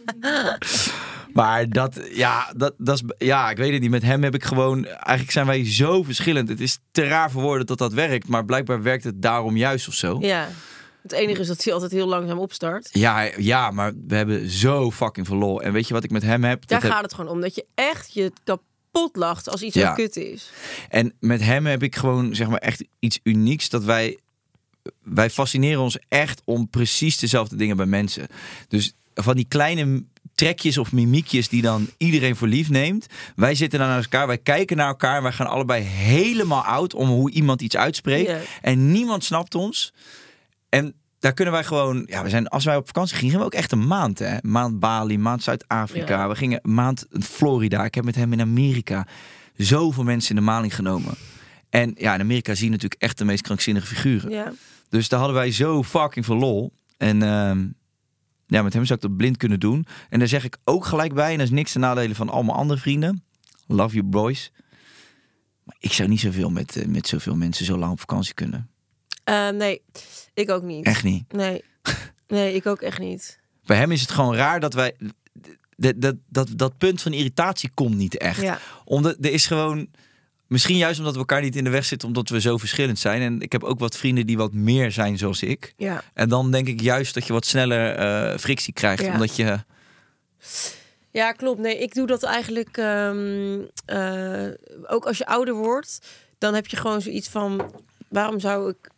Maar dat, ja, dat, dat is, ja, ik weet het niet. Met hem heb ik gewoon, eigenlijk zijn wij zo verschillend. Het is te raar voor woorden dat dat werkt, maar blijkbaar werkt het daarom juist of zo. Ja. Het enige is dat hij altijd heel langzaam opstart. Ja, ja, maar we hebben zo fucking veel lol. En weet je wat ik met hem heb? Daar Dat gaat heb... het gewoon om. Dat je echt je kapot lacht als iets Ja. zo kut is. En met hem heb ik gewoon, zeg maar, echt iets unieks dat wij... Wij fascineren ons echt om precies dezelfde dingen bij mensen. Dus van die kleine trekjes of mimiekjes die dan iedereen voor lief neemt. Wij zitten dan naar elkaar, wij kijken naar elkaar. Wij gaan allebei helemaal oud om hoe iemand iets uitspreekt. Ja. En niemand snapt ons. En daar kunnen wij gewoon... Ja, we zijn, als wij op vakantie gingen, gingen we ook echt een maand. Hè? Maand Bali, maand Zuid-Afrika. Ja. We gingen een maand Florida. Ik heb met hem in Amerika zoveel mensen in de maling genomen. En ja, in Amerika zie je natuurlijk echt de meest krankzinnige figuren. Ja. Dus daar hadden wij zo fucking veel lol. En uh, ja, met hem zou ik dat blind kunnen doen. En daar zeg ik ook gelijk bij. En dat is niks te nadelen van al mijn andere vrienden. Love you boys. Maar ik zou niet zoveel met, uh, met zoveel mensen zo lang op vakantie kunnen. Uh, nee, ik ook niet. Echt niet. Nee. nee, ik ook echt niet. Bij hem is het gewoon raar dat wij... Dat, dat, dat, dat punt van irritatie komt niet echt. Ja. Omdat er is gewoon... Misschien juist omdat we elkaar niet in de weg zitten, omdat we zo verschillend zijn. En ik heb ook wat vrienden die wat meer zijn zoals ik. Ja. En dan denk ik juist dat je wat sneller uh, frictie krijgt. Ja. Omdat je... Ja, klopt. Nee, ik doe dat eigenlijk... Um, uh, ook als je ouder wordt, dan heb je gewoon zoiets van... Waarom zou ik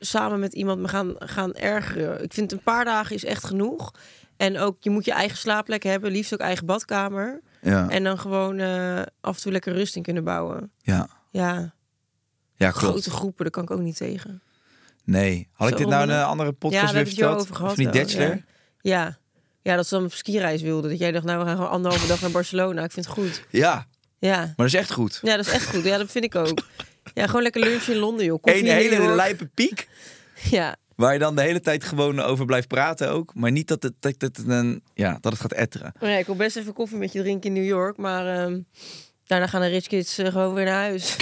samen met iemand me gaan, gaan ergeren. Ik vind een paar dagen is echt genoeg. En ook, je moet je eigen slaapplek hebben. Liefst ook eigen badkamer. Ja. En dan gewoon uh, af en toe lekker rust in kunnen bouwen. Ja. Ja. Ja, klopt. Grote groepen, daar kan ik ook niet tegen. Nee. Had Zo ik dit nou in een rommelig? andere podcast Ja, weer daar heb ik het verteld? over gehad. Of niet wel, Dexter? Ja. ja. Ja, dat ze dan op skireis wilden. Dat jij dacht, nou, we gaan gewoon anderhalve dag naar Barcelona. Ik vind het goed. Ja. Ja. Maar dat is echt goed. Ja, dat is echt goed. Ja, dat vind ik ook. Ja, gewoon lekker lunchen in Londen, joh. Koffie Een in New hele York. lijpe piek. Ja. Waar je dan de hele tijd gewoon over blijft praten ook. Maar niet dat het, dat, dat, het een, ja, dat het gaat etteren. Oh ja, ik wil best even koffie met je drinken in New York. Maar um, daarna gaan de rich kids uh, gewoon weer naar huis.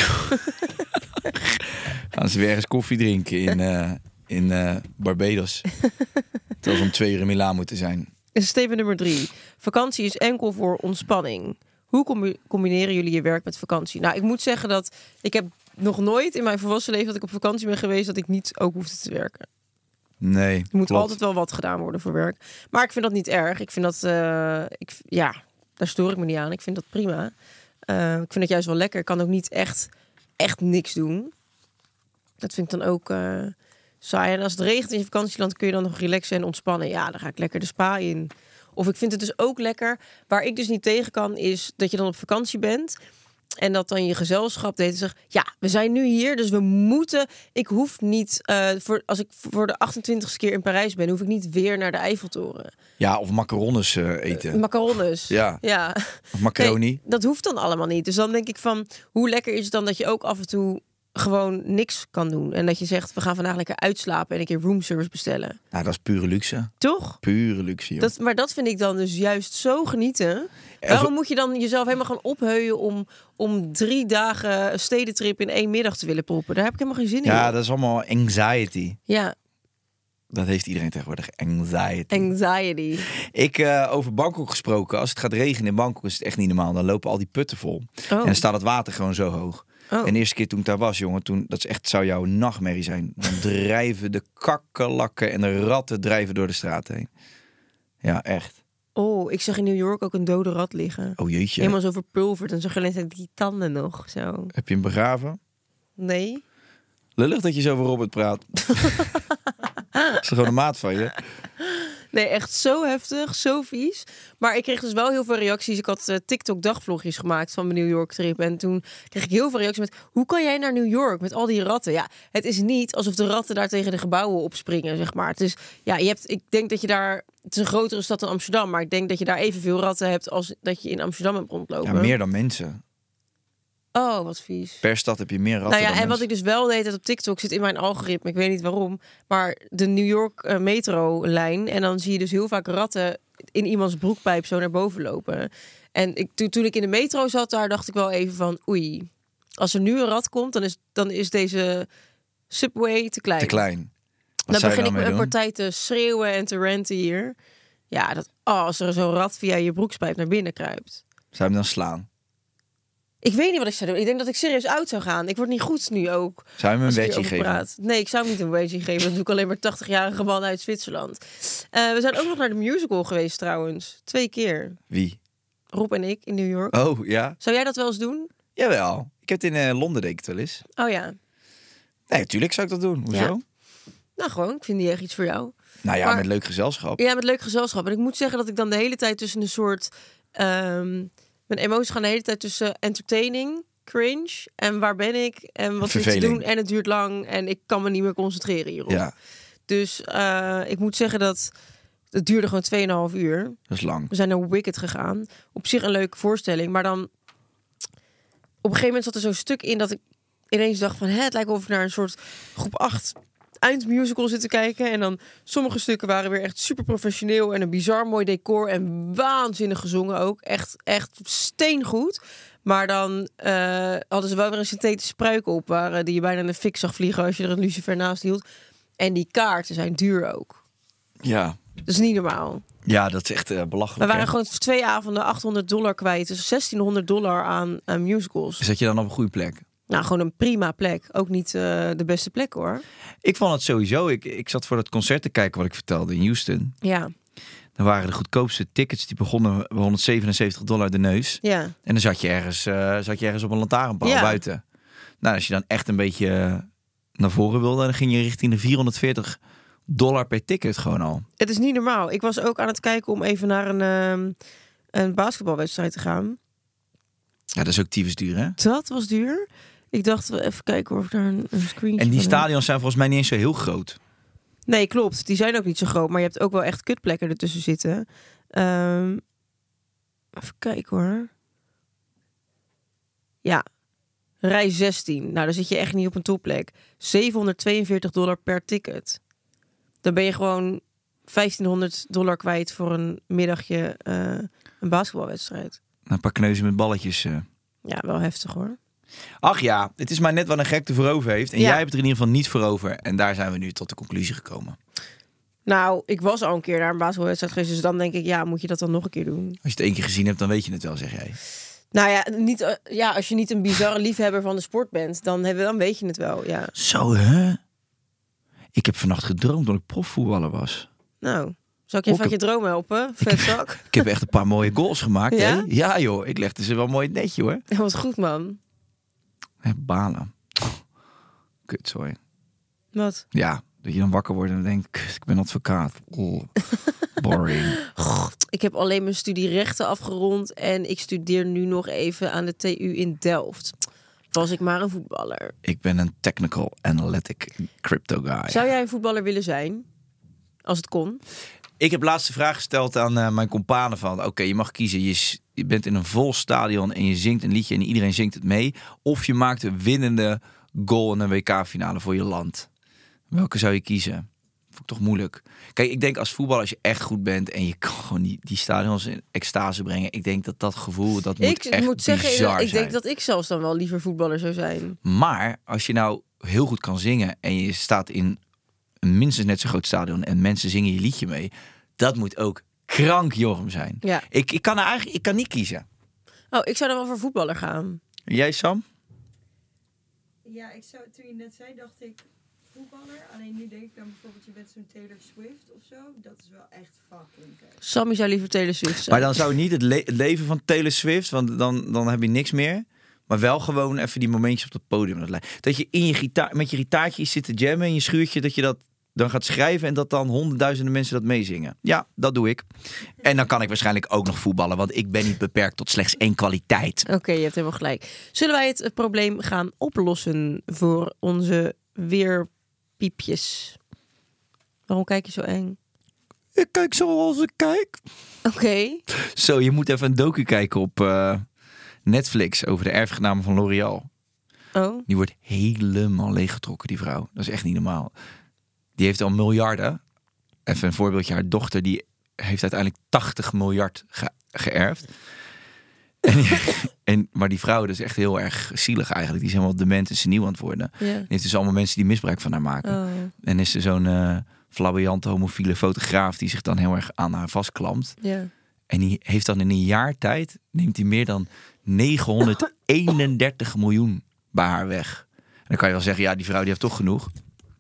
Gaan ze weer ergens koffie drinken in, uh, in uh, Barbados. Terwijl ze om twee uur in Milaan moeten zijn. Statement nummer drie. Vakantie is enkel voor ontspanning. Hoe combi- combineren jullie je werk met vakantie? Nou, ik moet zeggen dat ik heb nog nooit in mijn volwassen leven dat ik op vakantie ben geweest dat ik niet ook hoefde te werken. Nee, Er moet klopt. altijd wel wat gedaan worden voor werk. Maar ik vind dat niet erg. Ik vind dat, uh, ik, ja, daar stoor ik me niet aan. Ik vind dat prima. Uh, ik vind het juist wel lekker. Ik kan ook niet echt, echt niks doen. Dat vind ik dan ook uh, saai. En als het regent in je vakantieland kun je dan nog relaxen en ontspannen. Ja, dan ga ik lekker de spa in. Of ik vind het dus ook lekker. Waar ik dus niet tegen kan, is dat je dan op vakantie bent. En dat dan je gezelschap deed en zegt, ja, we zijn nu hier, dus we moeten. Ik hoef niet, uh, voor, als ik voor de achtentwintigste keer in Parijs ben, hoef ik niet weer naar de Eiffeltoren. Ja, of macarones uh, eten. Uh, macarones. Ja. ja. Of macaroni. Nee, dat hoeft dan allemaal niet. Dus dan denk ik van, hoe lekker is het dan dat je ook af en toe gewoon niks kan doen. En dat je zegt, we gaan vandaag lekker uitslapen en een keer roomservice bestellen. Nou, dat is pure luxe. Toch? Pure luxe, joh. Dat, maar dat vind ik dan dus juist zo genieten. Ja, Waarom voor... moet je dan jezelf helemaal gaan opheuien om, om drie dagen stedentrip in één middag te willen proppen? Daar heb ik helemaal geen zin in. Ja, dat is allemaal anxiety. Ja. Dat heeft iedereen tegenwoordig, anxiety. Anxiety. Ik, uh, over Bangkok gesproken, als het gaat regenen in Bangkok is het echt niet normaal. Dan lopen al die putten vol. Oh. En dan staat het water gewoon zo hoog. Oh. En de eerste keer toen ik daar was, jongen, toen, dat is echt, zou jouw nachtmerrie zijn. Dan drijven de kakkerlakken en de ratten drijven door de straat heen. Ja, echt. Oh, ik zag in New York ook een dode rat liggen. Oh jeetje. Helemaal zo verpulverd en zo alleen die tanden nog. Zo. Heb je hem begraven? Nee. Lullig dat je zo over Robert praat. Is er gewoon een maat van je? Nee, echt zo heftig, zo vies. Maar ik kreeg dus wel heel veel reacties. Ik had uh, TikTok-dagvlogjes gemaakt van mijn New York-trip. En toen kreeg ik heel veel reacties met... Hoe kan jij naar New York met al die ratten? Ja, het is niet alsof de ratten daar tegen de gebouwen opspringen, zeg maar. Het is, ja, je hebt, ik denk dat je daar... Het is een grotere stad dan Amsterdam. Maar ik denk dat je daar evenveel ratten hebt als dat je in Amsterdam hebt rondlopen. Ja, meer dan mensen. Oh, wat vies. Per stad heb je meer ratten Nou ja, dan en wat mensen. ik dus wel deed, dat op TikTok zit in mijn algoritme, ik weet niet waarom, maar de New York uh, metro-lijn. En dan zie je dus heel vaak ratten in iemands broekpijp zo naar boven lopen. En ik, to, toen ik in de metro zat, daar dacht ik wel even van, oei, als er nu een rat komt, dan is, dan is deze subway te klein. Te klein. Wat Dan zou je begin ik mee een doen? partij te schreeuwen en te ranten hier. Ja, dat, oh, als er zo'n rat via je broekspijp naar binnen kruipt. Zou je hem dan slaan? Ik weet niet wat ik zou doen. Ik denk dat ik serieus uit zou gaan. Ik word niet goed nu ook. Zou je hem een als ik wedgie hierover geven? praat. Nee, ik zou hem niet een wedgie geven. Dat doe ik alleen maar tachtigjarige man uit Zwitserland. Uh, we zijn ook nog naar de musical geweest trouwens. Twee keer. Wie? Rob en ik in New York. Oh, ja? Zou jij dat wel eens doen? Jawel. Ik heb het in uh, Londen, denk ik het wel eens. Oh ja. Nee, natuurlijk zou ik dat doen. Hoezo? Ja. Nou, gewoon. Ik vind die echt iets voor jou. Nou ja, Maar- met leuk gezelschap. Ja, met leuk gezelschap. En ik moet zeggen dat ik dan de hele tijd tussen een soort... Um, mijn emoties gaan de hele tijd tussen entertaining, cringe en waar ben ik en wat zit te Verveling. doen. En het duurt lang en ik kan me niet meer concentreren hierop. Ja, Dus uh, ik moet zeggen dat het duurde gewoon tweeënhalf uur. dat is lang. We zijn naar Wicked gegaan. Op zich een leuke voorstelling, maar dan... Op een gegeven moment zat er zo'n stuk in dat ik ineens dacht van... Hè, het lijkt wel of ik naar een soort groep acht eindmusical zit te kijken. En dan sommige stukken waren weer echt super professioneel en een bizar mooi decor en waanzinnig gezongen ook. Echt, echt steengoed. Maar dan uh, hadden ze wel weer een synthetische pruik op, waar, uh, die je bijna in de fik zag vliegen als je er een lucifer naast hield. En die kaarten zijn duur ook. Ja, Dat is niet normaal. ja dat is echt uh, belachelijk. We waren hè? gewoon voor twee avonden achthonderd dollar kwijt. Dus zestienhonderd dollar aan, aan musicals. Zat je dan op een goede plek? Nou, gewoon een prima plek. Ook niet uh, de beste plek, hoor. Ik vond het sowieso. Ik, ik zat voor dat concert te kijken wat ik vertelde in Houston. Ja, Dan waren de goedkoopste tickets, die begonnen bij honderdzevenenzeventig dollar de neus. ja. En dan zat je ergens, uh, zat je ergens op een lantaarnpaal Ja. buiten. Nou, als je dan echt een beetje uh, naar voren wilde, dan ging je richting de vierhonderdveertig dollar per ticket gewoon al. Het is niet normaal. Ik was ook aan het kijken om even naar een, um, een basketbalwedstrijd te gaan. Ja, dat is ook tyfus duur, hè? Dat was duur. Ik dacht, even kijken of ik daar een, een screenshot En die van stadions zijn volgens mij niet eens zo heel groot. heb. Nee, klopt. Die zijn ook niet zo groot. Maar je hebt ook wel echt kutplekken ertussen zitten. Um, even kijken hoor. Ja. Rij zestien. Nou, dan zit je echt niet op een topplek. zevenhonderdtweeënveertig dollar per ticket. Dan ben je gewoon vijftienhonderd dollar kwijt voor een middagje uh, een basketbalwedstrijd. Een paar kneuzen met balletjes. Uh. Ja, wel heftig hoor. Ach ja, het is maar net wat een gek ervoor over heeft. En Ja. jij hebt het er in ieder geval niet voor over. En daar zijn we nu tot de conclusie gekomen. Nou, ik was al een keer naar een basketbalwedstrijd geweest. Dus dan denk ik, ja, moet je dat dan nog een keer doen? Als je het één keer gezien hebt, dan weet je het wel, zeg jij. Nou ja, niet, uh, ja als je niet een bizarre liefhebber van de sport bent, dan, hebben, dan weet je het wel, ja. Zo, hè? Ik heb vannacht gedroomd dat ik profvoetballer was. Nou, zal ik je even uit je droom helpen? Vet zak. Ik heb echt een paar mooie goals gemaakt, Ja? hè? Ja, joh. Ik legde ze wel mooi in het netje, hoor. Dat was goed, man. Hè, balen. Kut, sorry. Wat? Ja, dat je dan wakker wordt en dan denkt, kut, ik ben advocaat. Oh, boring. God, ik heb alleen mijn studie rechten afgerond en ik studeer nu nog even aan de T U in Delft. Was ik maar een voetballer. Ik ben een technical analytic crypto guy. Zou jij een voetballer willen zijn? Als het kon? Ik heb laatst de vraag gesteld aan uh, mijn companen van... oké, okay, je mag kiezen. Je, s- je bent in een vol stadion en je zingt een liedje... en iedereen zingt het mee. Of je maakt een winnende goal in een W K-finale voor je land. Welke zou je kiezen? Vond ik toch moeilijk. Kijk, ik denk als voetballer, als je echt goed bent... en je kan gewoon die, die stadions in extase brengen... ik denk dat dat gevoel, dat moet Ik echt moet zeggen, bizar ik zijn. denk dat ik zelfs dan wel liever voetballer zou zijn. Maar als je nou heel goed kan zingen... en je staat in een minstens net zo groot stadion... en mensen zingen je liedje mee... dat moet ook krankjorm zijn. Ja. Ik, ik kan er eigenlijk ik kan niet kiezen. Oh, ik zou dan wel voor voetballer gaan. Jij, Sam? Ja, ik zou, toen je net zei, dacht ik voetballer. Alleen nu denk ik dan bijvoorbeeld, je bent zo'n Taylor Swift of zo. Dat is wel echt fucking kut. Sammy zou liever Taylor Swift zijn. Maar dan zou niet het, le- het leven van Taylor Swift... want dan, dan heb je niks meer... maar wel gewoon even die momentjes op het podium. Dat, lijkt- dat je in je gitaar, met je gitaartje zit te jammen in je schuurtje... dat je dat dan gaat schrijven... en dat dan honderdduizenden mensen dat meezingen. Ja, dat doe ik. En dan kan ik waarschijnlijk ook nog voetballen... want ik ben niet beperkt tot slechts één kwaliteit. Oké, okay, je hebt helemaal gelijk. Zullen wij het probleem gaan oplossen voor onze weerpiepjes? Waarom kijk je zo eng? Ik kijk zoals ik kijk. Oké. Okay. Zo, je moet even een docu kijken op uh, Netflix... over de erfgename van L'Oréal. Oh. Die wordt helemaal leeggetrokken, die vrouw. Dat is echt niet normaal. Die heeft al miljarden. Even een voorbeeldje. Haar dochter die heeft uiteindelijk tachtig miljard ge- geërfd. En, en, maar die vrouw, dat is echt heel erg zielig eigenlijk. Die is helemaal dement en seniel aan het worden. Ja. En heeft dus allemaal mensen die misbruik van haar maken. Oh. En is er zo'n uh, flamboyante homofiele fotograaf... die zich dan heel erg aan haar vastklampt. Ja. En die heeft dan in een jaar tijd... neemt hij meer dan negenhonderdeenendertig miljoen bij haar weg. En dan kan je wel zeggen, ja, die vrouw die heeft toch genoeg.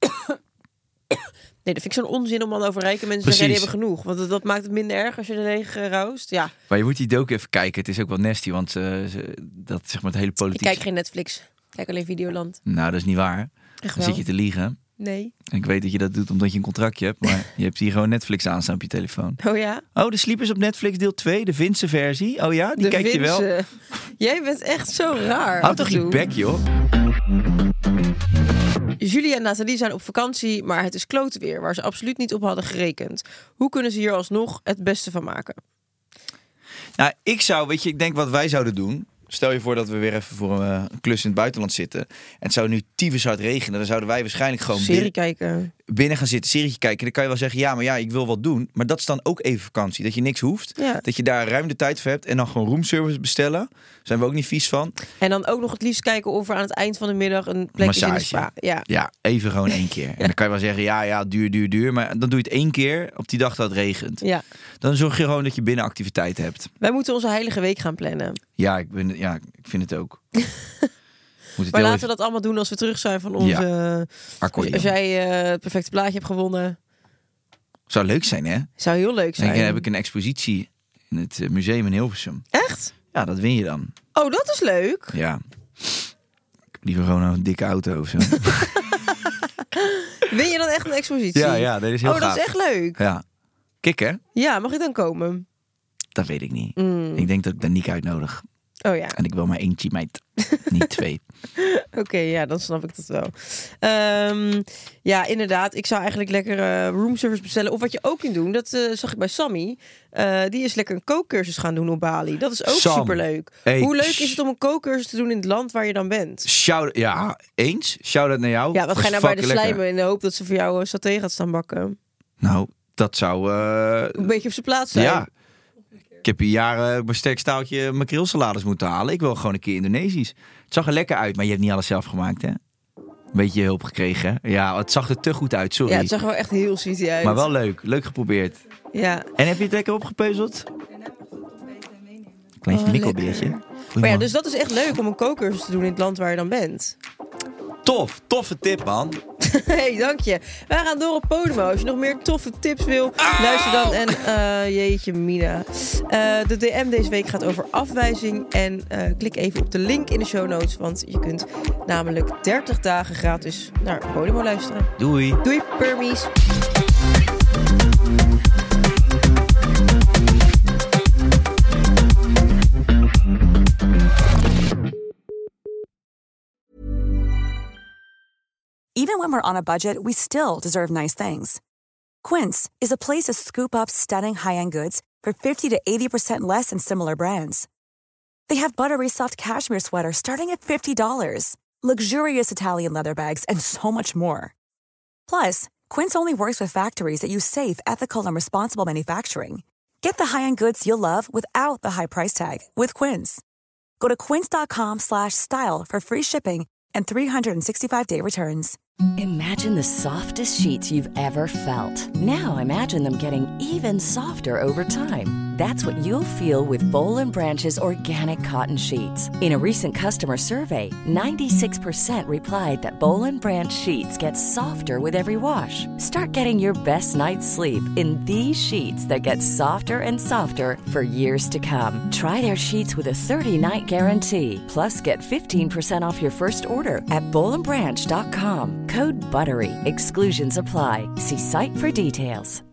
Nee, dat vind ik zo'n onzin om dan over rijke mensen te zeggen, die hebben genoeg. Want dat, dat maakt het minder erg als je er leeg uh, roust. Ja. Maar je moet die docu even kijken. Het is ook wel nasty, want uh, ze, dat zeg maar het hele politiek... Ik kijk geen Netflix. Ik kijk alleen Videoland. Nou, dat is niet waar. Echt Dan wel? zit je te liegen. Nee. En ik weet dat je dat doet omdat je een contractje hebt. Maar je hebt hier gewoon Netflix aanstaan op je telefoon. Oh ja? Oh, de Sleepers op Netflix deel twee. De Finse versie. Oh ja, die de kijk je wel. Vinse. Jij bent echt zo raar. Houd toch je bek, joh. Julie en Nathalie zijn op vakantie, maar het is klote weer, waar ze absoluut niet op hadden gerekend. Hoe kunnen ze hier alsnog het beste van maken? Nou, ik zou, weet je, ik denk wat wij zouden doen. Stel je voor dat we weer even voor een, een klus in het buitenland zitten. En het zou nu tyfus hard regenen. Dan zouden wij waarschijnlijk gewoon Serie binnen, kijken. binnen gaan zitten, serie kijken. En dan kan je wel zeggen, ja, maar ja, ik wil wat doen. Maar dat is dan ook even vakantie. Dat je niks hoeft. Ja. Dat je daar ruim de tijd voor hebt. En dan gewoon roomservice bestellen. Daar zijn we ook niet vies van. En dan ook nog het liefst kijken of er aan het eind van de middag een plek is in de spa. Ja. Ja, even gewoon één keer. En dan kan je wel zeggen, ja, ja, duur, duur, duur. Maar dan doe je het één keer op die dag dat het regent. Ja. Dan zorg je gewoon dat je binnen activiteit hebt. Wij moeten onze heilige week gaan plannen. Ja, ik, ben, ja, ik vind het ook. Moet het Maar laten even... we dat allemaal doen als we terug zijn van onze... Ja. Als, als jij uh, het perfecte plaatje hebt gewonnen. Zou leuk zijn, hè? Zou heel leuk zijn. En dan heb ik een expositie in het museum in Hilversum. Echt? Ja, dat win je dan. Oh, dat is leuk. Ja. Ik heb liever gewoon een dikke auto of zo. Win je dan echt een expositie? Ja, ja, dat is heel Oh, gaaf. dat is echt leuk. Ja. Kik, hè? Ja, mag ik dan komen? Dat weet ik niet. Mm. Ik denk dat ik Danique uitnodig. Oh ja. En ik wil maar eentje, meid. Niet twee. Oké, okay, ja, dan snap ik dat wel. Um, ja, inderdaad. Ik zou eigenlijk lekker uh, roomservice bestellen. Of wat je ook kunt doen, dat uh, zag ik bij Sammy. Uh, die is lekker een kookcursus gaan doen op Bali. Dat is ook Sam, superleuk. hey, Hoe leuk is het om een kookcursus te doen in het land waar je dan bent? Shout, ja, eens. Shout-out naar jou. Ja, wat ga je nou bij de lekker. slijmen in de hoop dat ze voor jou saté gaat staan bakken? Nou, dat zou... Uh, een beetje op zijn plaats zijn. Ja. Ik heb hier jaren mijn sterk staaltje makreelsalades moeten halen. Ik wil gewoon een keer Indonesisch. Het zag er lekker uit, maar je hebt niet alles zelf gemaakt, hè? Een beetje hulp gekregen, hè? Ja, het zag er te goed uit, sorry. Ja, het zag er wel echt heel sweetie uit. Maar wel leuk. Leuk geprobeerd. Ja. En heb je het lekker opgepeuzeld? Klein oh, mikkelbeertje. Maar ja, dus dat is echt leuk om een kookcursus te doen in het land waar je dan bent. Tof, toffe tip, man. Hey, dank je. Wij gaan door op Podimo. Als je nog meer toffe tips wil, oh! luister dan. En uh, jeetje mina. Uh, de D M deze week gaat over afwijzing. En uh, klik even op de link in de show notes. Want je kunt namelijk dertig dagen gratis naar Podimo luisteren. Doei. Doei, permies. Even when we're on a budget, we still deserve nice things. Quince is a place to scoop up stunning high-end goods for fifty to eighty percent less than similar brands. They have buttery soft cashmere sweaters starting at fifty dollars, luxurious Italian leather bags, and so much more. Plus, Quince only works with factories that use safe, ethical, and responsible manufacturing. Get the high-end goods you'll love without the high price tag with Quince. Go to quince.com slash style for free shipping and three sixty-five day returns. Imagine the softest sheets you've ever felt. Now imagine them getting even softer over time. That's what you'll feel with Boll and Branch's organic cotton sheets. In a recent customer survey, ninety-six percent replied that Boll and Branch sheets get softer with every wash. Start getting your best night's sleep in these sheets that get softer and softer for years to come. Try their sheets with a thirty-night guarantee. Plus, get fifteen percent off your first order at boll and branch dot com. Code BUTTERY. Exclusions apply. See site for details.